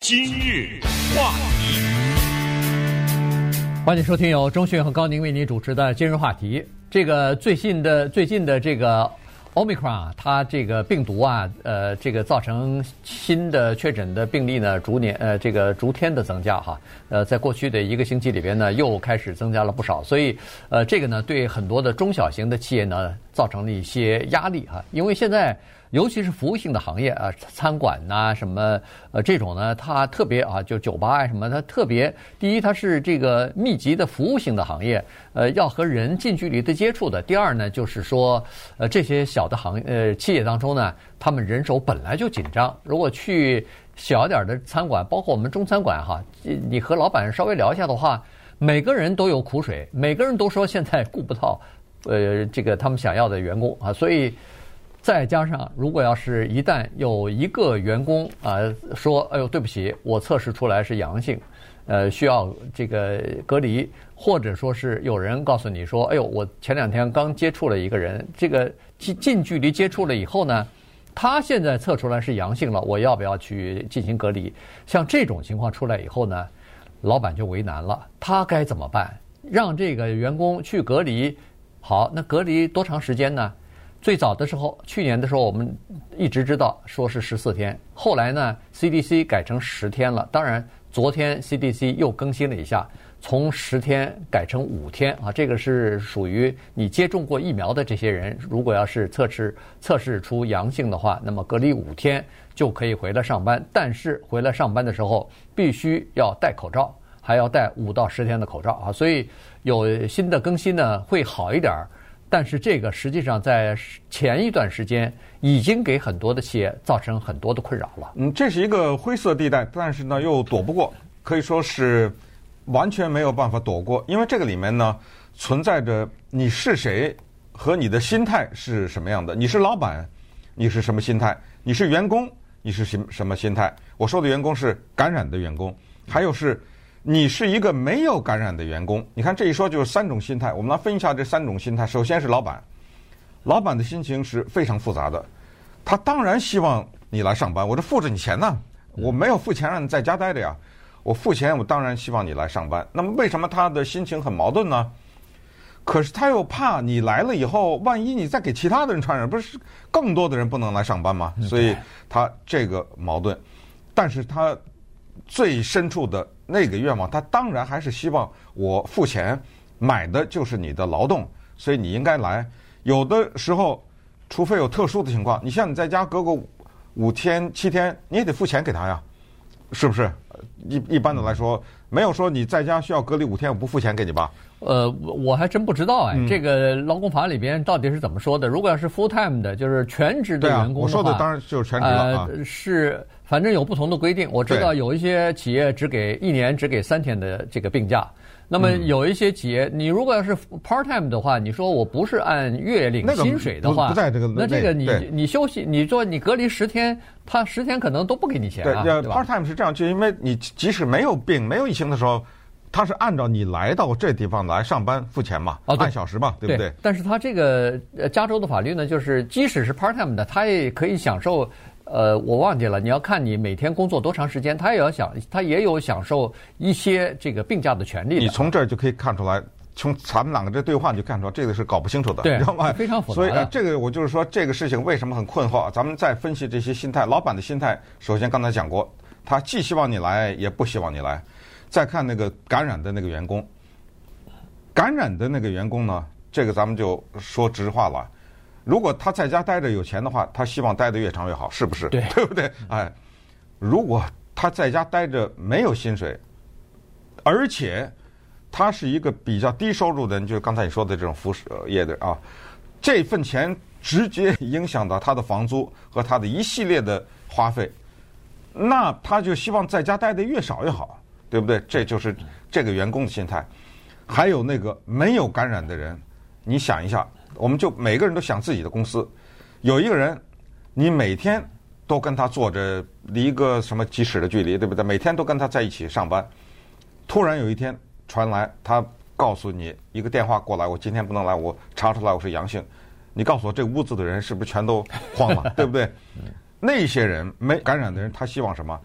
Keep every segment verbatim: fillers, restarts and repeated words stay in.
今日话题， 欢迎收听由钟迅和高宁为您主持的今日话题。这个最近的最近的这个 Omicron 啊，它这个病毒啊，呃，这个造成新的确诊的病例呢，逐年呃这个逐天的增加哈。呃，在过去的一个星期里边呢，又开始增加了不少，所以呃，这个呢，对很多的中小型的企业呢，造成了一些压力哈，因为现在。尤其是服务性的行业啊，餐馆呐、啊，什么呃这种呢，它特别啊，就酒吧啊什么，它特别第一，它是这个密集的服务性的行业，呃，要和人近距离的接触的。第二呢，就是说，呃，这些小的行呃企业当中呢，他们人手本来就紧张，如果去小点的餐馆，包括我们中餐馆哈，你和老板稍微聊一下的话，每个人都有苦水，每个人都说现在顾不到呃这个他们想要的员工啊，所以。再加上，如果要是一旦有一个员工啊、呃、说，哎呦，对不起，我测试出来是阳性，呃，需要这个隔离，或者说是有人告诉你说，哎呦，我前两天刚接触了一个人，这个近近距离接触了以后呢，他现在测出来是阳性了，我要不要去进行隔离？像这种情况出来以后呢，老板就为难了，他该怎么办？让这个员工去隔离，好，那隔离多长时间呢？最早的时候，去年的时候，我们一直知道说是十四天，后来呢 ，C D C 改成十天了。当然，昨天 C D C 又更新了一下，从十天改成五天啊。这个是属于你接种过疫苗的这些人，如果要是测试测试出阳性的话，那么隔离五天就可以回来上班。但是回来上班的时候，必须要戴口罩，还要戴五到十天的口罩啊。所以有新的更新呢，会好一点。但是这个实际上在前一段时间已经给很多的企业造成很多的困扰了。 嗯，这是一个灰色地带，但是呢又躲不过，可以说是完全没有办法躲过，因为这个里面呢存在着你是谁和你的心态是什么样的。你是老板，你是什么心态？你是员工，你是什什么心态？我说的员工是感染的员工，还有是。你是一个没有感染的员工，你看这一说就是三种心态。我们来分一下这三种心态。首先是老板，老板的心情是非常复杂的，他当然希望你来上班，我这付着你钱呢，我没有付钱让你在家待着呀，我付钱，我当然希望你来上班。那么为什么他的心情很矛盾呢？可是他又怕你来了以后，万一你再给其他的人传染，不是更多的人不能来上班吗？所以他这个矛盾，但是他最深处的那个愿望，他当然还是希望我付钱买的就是你的劳动，所以你应该来。有的时候，除非有特殊的情况，你像你在家隔个五天七天，你也得付钱给他呀，是不是？一一般的来说，没有说你在家需要隔离五天，我不付钱给你吧？ 呃，我还真不知道哎，嗯、这个劳工法里边到底是怎么说的？如果要是 full time 的，就是全职的员工的话， 啊、我说的当然就是全职了啊。 呃、是，反正有不同的规定。我知道有一些企业只给一年只给三天的这个病假，那么有一些企业，你如果要是 part time 的话，你说我不是按月领薪水的话， 那个、不, 不在这个， 那这个你你休息，你说你隔离十天，他十天可能都不给你钱啊。 对, 对 ，part time 是这样，就因为你即使没有病、没有疫情的时候。他是按照你来到这地方来上班付钱嘛， 哦、 按小时嘛，对不对？ 对。但是他这个呃加州的法律呢，就是即使是 part time 的，他也可以享受，呃，我忘记了，你要看你每天工作多长时间，他也要享，他也有享受一些这个病假的权利的。 你从这儿就可以看出来，从咱们两个这对话你就看出来，这个是搞不清楚的， 对， 知道吗？ 非常复杂。 所以、呃、这个我就是说，这个事情为什么很困惑？咱们再分析这些心态，老板的心态，首先刚才讲过，他既希望你来，也不希望你来。再看那个感染的那个员工，感染的那个员工呢，这个咱们就说直话了。如果他在家待着有钱的话，他希望待得越长越好，是不是？ 对， 对不对？哎，如果他在家待着没有薪水，而且他是一个比较低收入的人，就是刚才你说的这种服饰业的啊，这份钱直接影响到他的房租和他的一系列的花费，那他就希望在家待得越少越好。对不对？这就是这个员工的心态。还有那个没有感染的人，你想一下，我们就每个人都想自己的公司，有一个人，你每天都跟他坐着离一个什么几尺的距离，对不对？每天都跟他在一起上班，突然有一天传来他告诉你一个电话过来，我今天不能来，我查出来我是阳性，你告诉我这屋子的人是不是全都慌了，对不对？那些人没感染的人，他希望什么？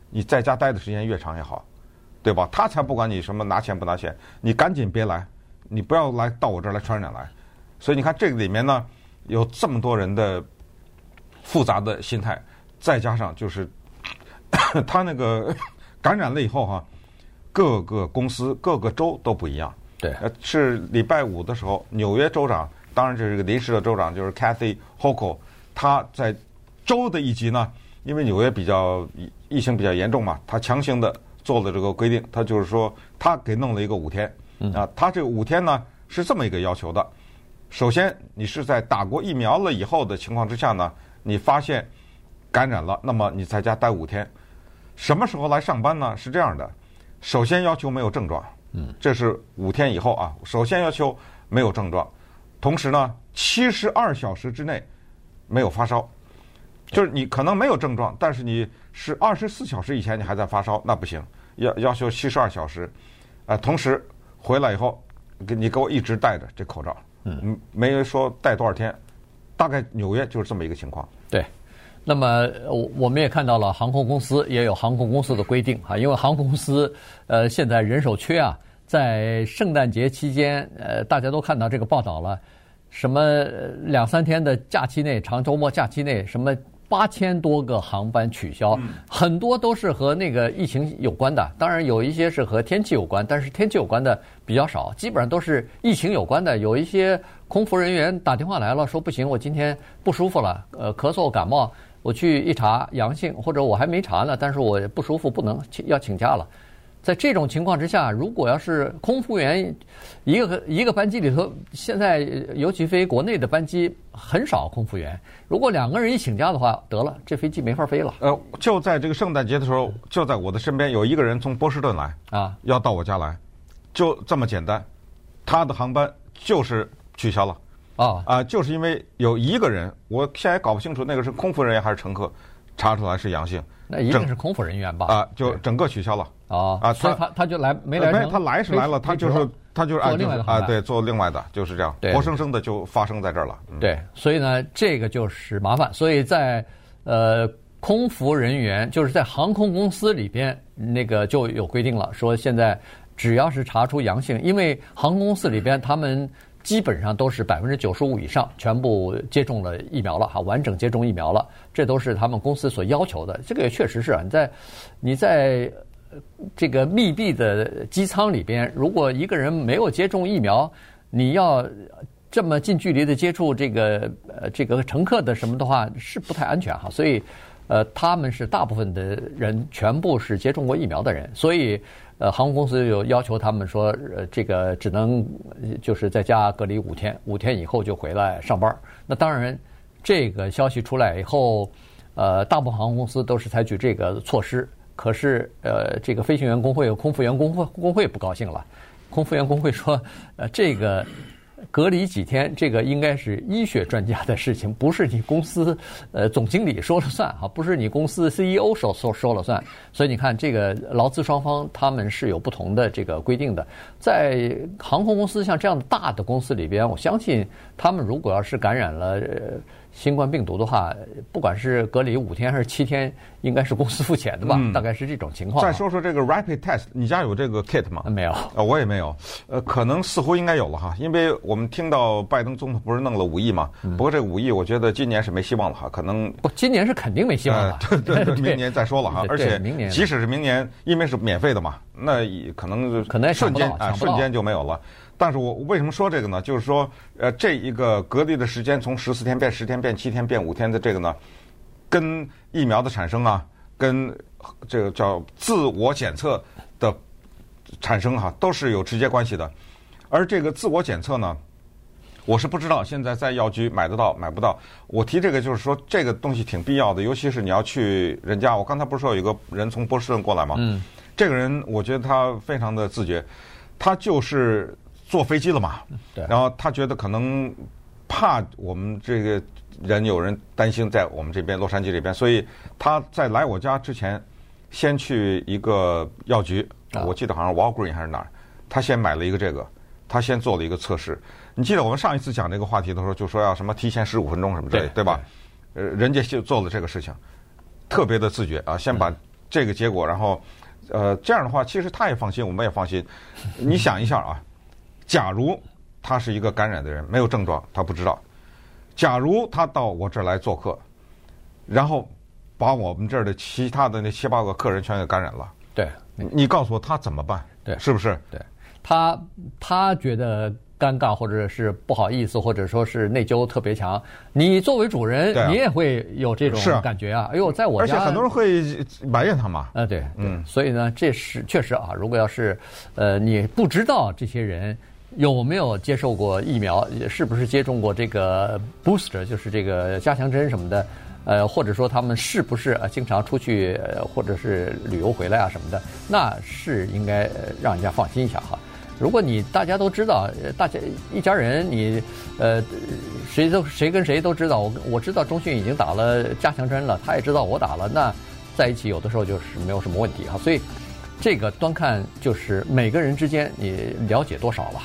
你在家待的时间越长越好，对吧？他才不管你什么拿钱不拿钱，你赶紧别来，你不要来到我这儿来传染来。所以你看这个里面呢，有这么多人的复杂的心态，再加上就是他那个感染了以后哈，各个公司各个州都不一样。 对， 是礼拜五的时候，纽约州长，当然这是个临时的州长，就是 Kathy Hochul， 他在州的一级呢，因为纽约比较疫情比较严重嘛，他强行的做了这个规定，他就是说他给弄了一个五天啊，他这个五天呢是这么一个要求的。首先，你是在打过疫苗了以后的情况之下呢，你发现感染了，那么你在家待五天。什么时候来上班呢？是这样的，首先要求没有症状，嗯，这是五天以后啊。首先要求没有症状，同时呢，七十二小时之内没有发烧，就是你可能没有症状，但是你是二十四小时以前你还在发烧，那不行，要要求七十二小时，啊、呃，同时回来以后，给你给我一直戴着这口罩。嗯，没说戴多少天，大概纽约就是这么一个情况。 对，那么我我们也看到了，航空公司也有航空公司的规定啊，因为航空公司呃现在人手缺啊，在圣诞节期间，呃大家都看到这个报道了，什么两三天的假期内，长周末假期内，什么八千多个航班取消，嗯、很多都是和那个疫情有关的。当然有一些是和天气有关，但是天气有关的比较少，基本上都是疫情有关的。有一些空服人员打电话来了，说不行，我今天不舒服了，呃，咳嗽感冒，我去一查阳性，或者我还没查呢，但是我不舒服，不能要请假了。在这种情况之下，如果要是空服员一个一个班机里头，现在尤其飞国内的班机很少空服员，如果两个人一请假的话，得了，这飞机没法飞了。 呃，就在这个圣诞节的时候，就在我的身边有一个人从波士顿来啊，要到我家来，就这么简单，他的航班就是取消了啊啊、呃，就是因为有一个人，我现在也搞不清楚那个是空服人员还是乘客，查出来是阳性， 那一定是空服人员吧？ 啊、呃，就整个取消了。 哦啊，所以他他就来没来成？ 没，他来是来了，他就是他就是做另外的啊，对，做另外的就是这样，活生生的就发生在这儿了。 嗯、对，所以呢，这个就是麻烦。所以在呃空服人员，就是在航空公司里边，那个就有规定了，说现在只要是查出阳性，因为航空公司里边他们基本上都是百分之九十五以上全部接种了疫苗了哈，完整接种疫苗了，这都是他们公司所要求的。这个也确实是啊，你在你在。这个密闭的机舱里边，如果一个人没有接种疫苗，你要这么近距离的接触这个呃这个乘客的什么的话，是不太安全哈。所以，呃，他们是大部分的人全部是接种过疫苗的人，所以呃，航空公司有要求他们说，呃，这个只能就是在家隔离五天，五天以后就回来上班。那当然，这个消息出来以后，呃，大部分航空公司都是采取这个措施。可是，呃，这个飞行员工会、空服员工会工会不高兴了。空服员工会说，呃，这个隔离几天，这个应该是医学专家的事情，不是你公司呃总经理说了算哈，不是你公司 C E O 说说说了算。所以你看，这个劳资双方他们是有不同的这个规定的。在航空公司像这样的大的公司里边，我相信他们如果要是感染了。呃新冠病毒的话，不管是隔离五天还是七天，应该是公司付钱的吧？嗯、大概是这种情况。 再说说这个 rapid test， 你家有这个 kit 吗？ 没有， 呃，我也没有。呃，可能似乎应该有了哈，因为我们听到拜登总统不是弄了五亿嘛？嗯、不过这个五亿，我觉得今年是没希望了哈，可能不，今年是肯定没希望了。 呃、对对对，明年再说了哈。而且明年即使是明年，因为是免费的嘛，那可能可能瞬间啊，瞬间就没有了。但是我为什么说这个呢？就是说，呃，这一个隔离的时间从十四天变十天变七天变五天的这个呢，跟疫苗的产生啊，跟这个叫自我检测的产生哈、啊，都是有直接关系的。而这个自我检测呢，我是不知道现在在药局买得到买不到。我提这个就是说，这个东西挺必要的，尤其是你要去人家。我刚才不是说有一个人从波士顿过来吗？嗯，这个人我觉得他非常的自觉，他就是坐飞机了嘛， 对， 然后他觉得可能怕我们这个人有人担心在我们这边洛杉矶这边，所以他在来我家之前，先去一个药局，啊、我记得好像 Walgreen 还是哪儿，他先买了一个这个，他先做了一个测试。你记得我们上一次讲这个话题的时候，就说要什么提前十五分钟什么之类，对吧？呃，人家就做了这个事情，特别的自觉啊，先把这个结果，然后呃这样的话，其实他也放心，我们也放心。你想一下啊，假如他是一个感染的人，没有症状，他不知道。假如他到我这儿来做客，然后把我们这儿的其他的那七八个客人全给感染了， 对， 你告诉我他怎么办？ 对， 是不是？ 对，他他觉得尴尬，或者是不好意思，或者说是内疚特别强。你作为主人， 啊、 你也会有这种感觉啊！哎呦，在我家， 而且很多人会埋怨他嘛。 呃，对，嗯，所以呢，这是确实啊。如果要是呃你不知道这些人有没有接受过疫苗，是不是接种过这个 booster， 就是这个加强针什么的，呃，或者说他们是不是呃经常出去、呃、或者是旅游回来啊什么的，那是应该让人家放心一下哈。如果你大家都知道，大家一家人你呃谁都谁跟谁都知道，我我知道钟迅已经打了加强针了，他也知道我打了，那在一起有的时候就是没有什么问题哈。所以这个端看就是每个人之间你了解多少了。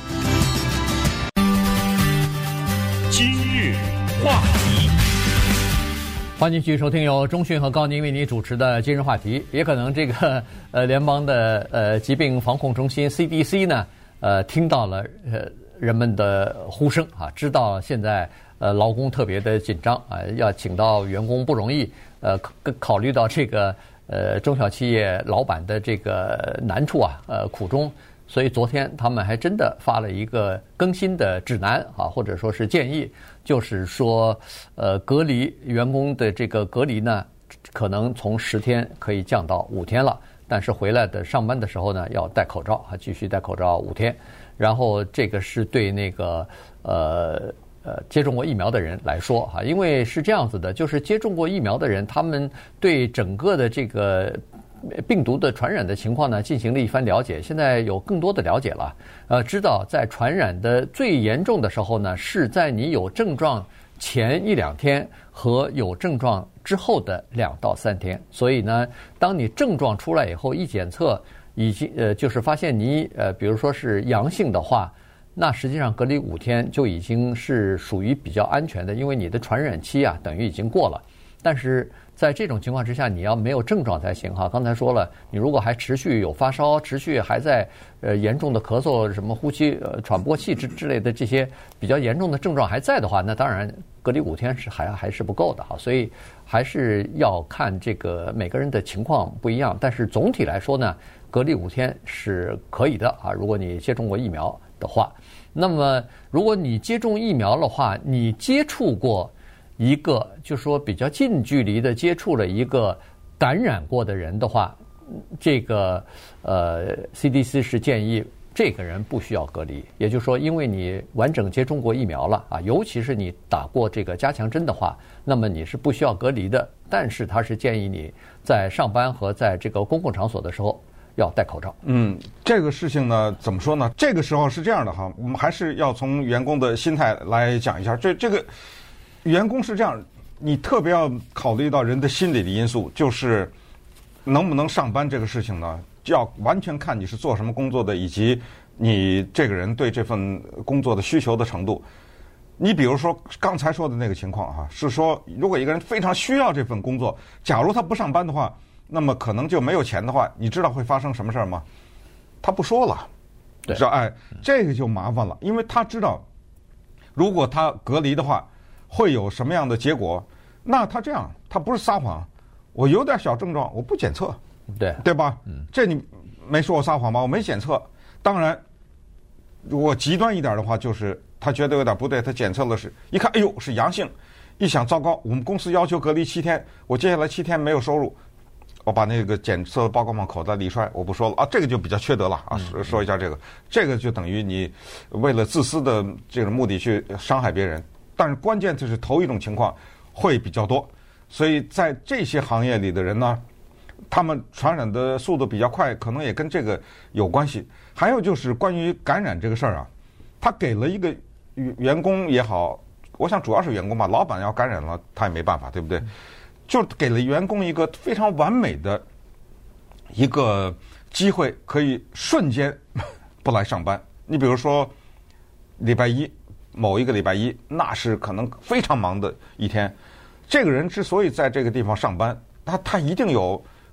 今日话题， 欢迎继续收听由钟迅和高宁为你主持的今日话题。也可能这个呃联邦的呃疾病防控中心 C D C 呢呃听到了呃人们的呼声啊，知道现在呃劳工特别的紧张啊，要请到员工不容易，呃考虑到这个呃中小企业老板的这个难处啊呃苦衷。所以昨天他们还真的发了一个更新的指南啊，或者说是建议，就是说，呃，隔离员工的这个隔离呢，可能从十天可以降到五天了，但是回来的上班的时候呢，要戴口罩啊，继续戴口罩五天。然后这个是对那个呃呃接种过疫苗的人来说哈，因为是这样子的，就是接种过疫苗的人，他们对整个的这个病毒的传染的情况呢，进行了一番了解，现在有更多的了解了。呃，知道在传染的最严重的时候呢，是在你有症状前一两天和有症状之后的两到三天。所以呢，当你症状出来以后，一检测已经呃，就是发现你呃，比如说是阳性的话，那实际上隔离五天就已经是属于比较安全的，因为你的传染期啊，等于已经过了。但是在这种情况之下，你要没有症状才行哈。刚才说了，你如果还持续有发烧，持续还在呃严重的咳嗽、什么呼吸、呃喘不过气之之类的这些比较严重的症状还在的话，那当然隔离五天是还还是不够的哈。所以还是要看这个每个人的情况不一样，但是总体来说呢，隔离五天是可以的啊。如果你接种过疫苗的话，那么如果你接种疫苗的话，你接触过一个就说比较近距离的接触了一个感染过的人的话，这个呃 C D C 是建议这个人不需要隔离，也就是说，因为你完整接种过疫苗了啊，尤其是你打过这个加强针的话，那么你是不需要隔离的。但是他是建议你在上班和在这个公共场所的时候要戴口罩。 嗯，这个事情呢，怎么说呢？这个时候是这样的哈，我们还是要从员工的心态来讲一下。这这个。员工是这样，你特别要考虑到人的心理的因素，就是能不能上班这个事情呢，就要完全看你是做什么工作的，以及你这个人对这份工作的需求的程度。你比如说刚才说的那个情况哈，是说如果一个人非常需要这份工作，假如他不上班的话，那么可能就没有钱的话，你知道会发生什么事儿吗？他不说了， 对， 知道哎，这个就麻烦了，因为他知道，如果他隔离的话。会有什么样的结果？那他这样，他不是撒谎，我有点小症状，我不检测， 对对吧？嗯，这你没说我撒谎吧？我没检测。当然，如果极端一点的话，就是他觉得有点不对，他检测了是，一看，哎呦是阳性，一想糟糕，我们公司要求隔离七天，我接下来七天没有收入，我把那个检测报告往口袋里揣，我不说了啊，这个就比较缺德了啊。说说一下这个，这个就等于你为了自私的这个目的去伤害别人。但是关键就是头一种情况会比较多，所以在这些行业里的人呢，他们传染的速度比较快，可能也跟这个有关系。还有就是关于感染这个事儿啊，他给了一个员工也好，我想主要是员工吧，老板要感染了他也没办法，对不对？就给了员工一个非常完美的一个机会，可以瞬间不来上班。你比如说礼拜一。某一个礼拜一，那是可能非常忙的一天。这个人之所以在这个地方上班，他他一定有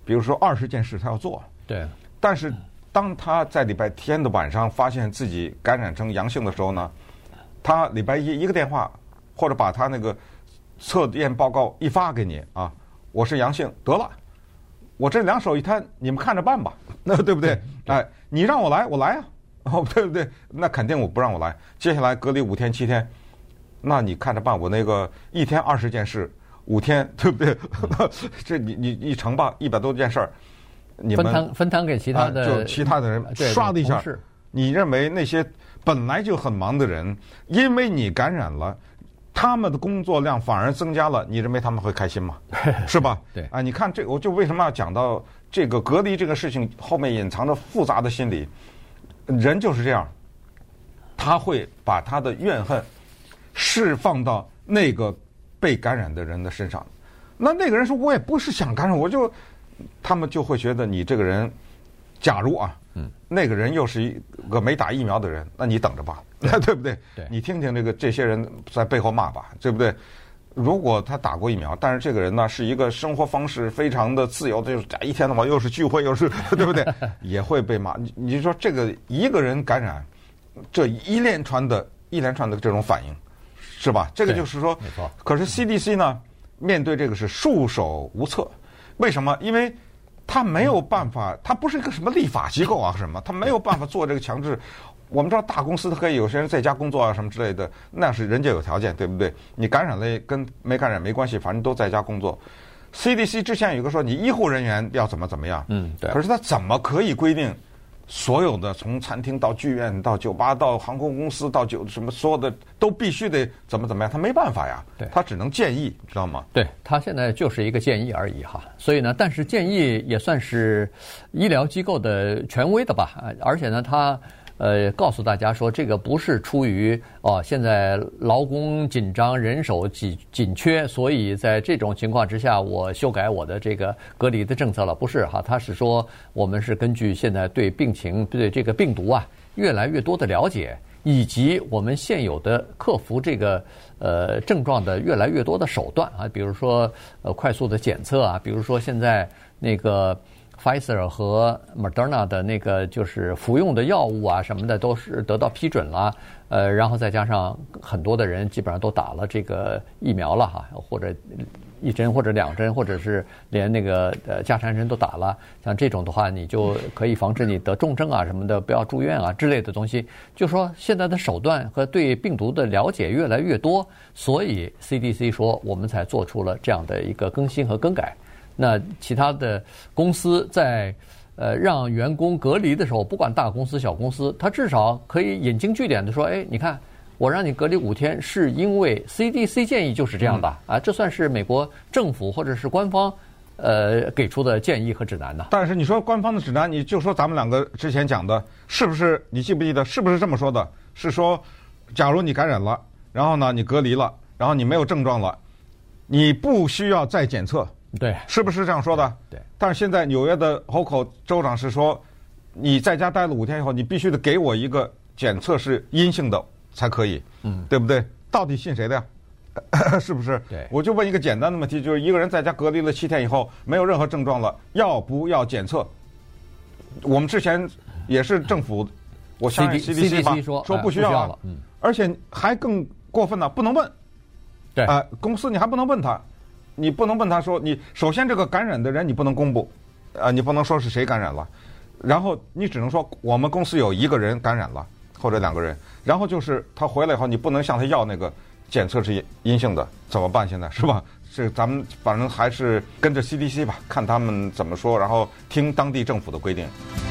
比如说二十件事他要做， 对， 但是当他在礼拜天的晚上发现自己感染成阳性的时候呢，他礼拜一一个电话，或者把他那个测验报告一发给你啊，我是阳性，得了，我这两手一摊，你们看着办吧，那对不对？哎，你让我来，我来啊，哦，对不对？那肯定我不让我来，接下来隔离五天七天，那你看着办，我那个一天二十件事，五天，对不对？这你你一乘吧，一百多件事儿，你们分摊分摊给其他的， 啊、就其他的人刷的一下，你认为那些本来就很忙的人，因为你感染了，他们的工作量反而增加了，你认为他们会开心吗？是吧？ 对啊，你看这，我就为什么要讲到这个隔离这个事情后面隐藏着复杂的心理，人就是这样，他会把他的怨恨释放到那个被感染的人的身上。那那个人说，我也不是想感染，我就，他们就会觉得你这个人，假如啊，嗯，那个人又是一个没打疫苗的人，那你等着吧，对不对？ 对， 你听听这个这些人在背后骂吧，对不对？如果他打过疫苗，但是这个人呢是一个生活方式非常的自由的，就是一天的话又是聚会又是，对不对？也会被骂。你你说这个一个人感染，这一连串的一连串的这种反应，是吧？这个就是说， 没错。 可是 C D C 呢，面对这个是束手无策。为什么？因为他没有办法，他不是一个什么立法机构啊，什么，他没有办法做这个强制。我们知道大公司他可以有些人在家工作啊什么之类的，那是人家有条件，对不对？你感染了跟没感染没关系，反正都在家工作。C D C 之前有一个说你医护人员要怎么怎么样， 嗯，对。 可是他怎么可以规定所有的从餐厅到剧院到酒吧到航空公司到酒什么所有的都必须得怎么怎么样？他没办法呀， 对， 他只能建议，知道吗？ 对，他现在就是一个建议而已哈。所以呢，但是建议也算是医疗机构的权威的吧，而且呢，他。呃，告诉大家说，这个不是出于哦，现在劳工紧张、人手紧紧缺，所以在这种情况之下，我修改我的这个隔离的政策了，不是哈？他是说，我们是根据现在对病情、对这个病毒啊越来越多的了解，以及我们现有的克服这个呃症状的越来越多的手段啊，比如说呃快速的检测啊，比如说现在那个。Pfizer 和 Moderna 的那个就是服用的药物啊什么的都是得到批准了，呃，然后再加上很多的人基本上都打了这个疫苗了哈，或者一针或者两针，或者是连那个呃加强针都打了，像这种的话，你就可以防止你得重症啊什么的，不要住院啊之类的东西。就说现在的手段和对病毒的了解越来越多，所以 C D C 说我们才做出了这样的一个更新和更改。那其他的公司在呃让员工隔离的时候，不管大公司小公司，他至少可以引经据典的说，哎，你看我让你隔离五天，是因为 C D C 建议就是这样的、嗯、啊，这算是美国政府或者是官方呃给出的建议和指南呢。 但是你说官方的指南，你就说咱们两个之前讲的，是不是？你记不记得？是不是这么说的？是说，假如你感染了，然后呢你隔离了，然后你没有症状了，你不需要再检测。 对， 是不是这样说的？ 对。 但是现在纽约的 Hochul 州长是说，你在家待了五天以后，你必须得给我一个检测是阴性的才可以，嗯，对不对？到底信谁的呀？是不是？ 对。 我就问一个简单的问题，就是一个人在家隔离了七天以后，没有任何症状了，要不要检测？我们之前也是政府，我相信 C D C 吧， 说说不需要了，嗯，而且还更过分呢，不能问。 对。 啊、呃，公司你还不能问他。你不能问他说，你首先这个感染的人你不能公布，啊，你不能说是谁感染了，然后你只能说我们公司有一个人感染了或者两个人，然后就是他回来以后你不能向他要那个检测是阴性的，怎么办？现在是吧？这咱们反正还是跟着 C D C 吧，看他们怎么说，然后听当地政府的规定。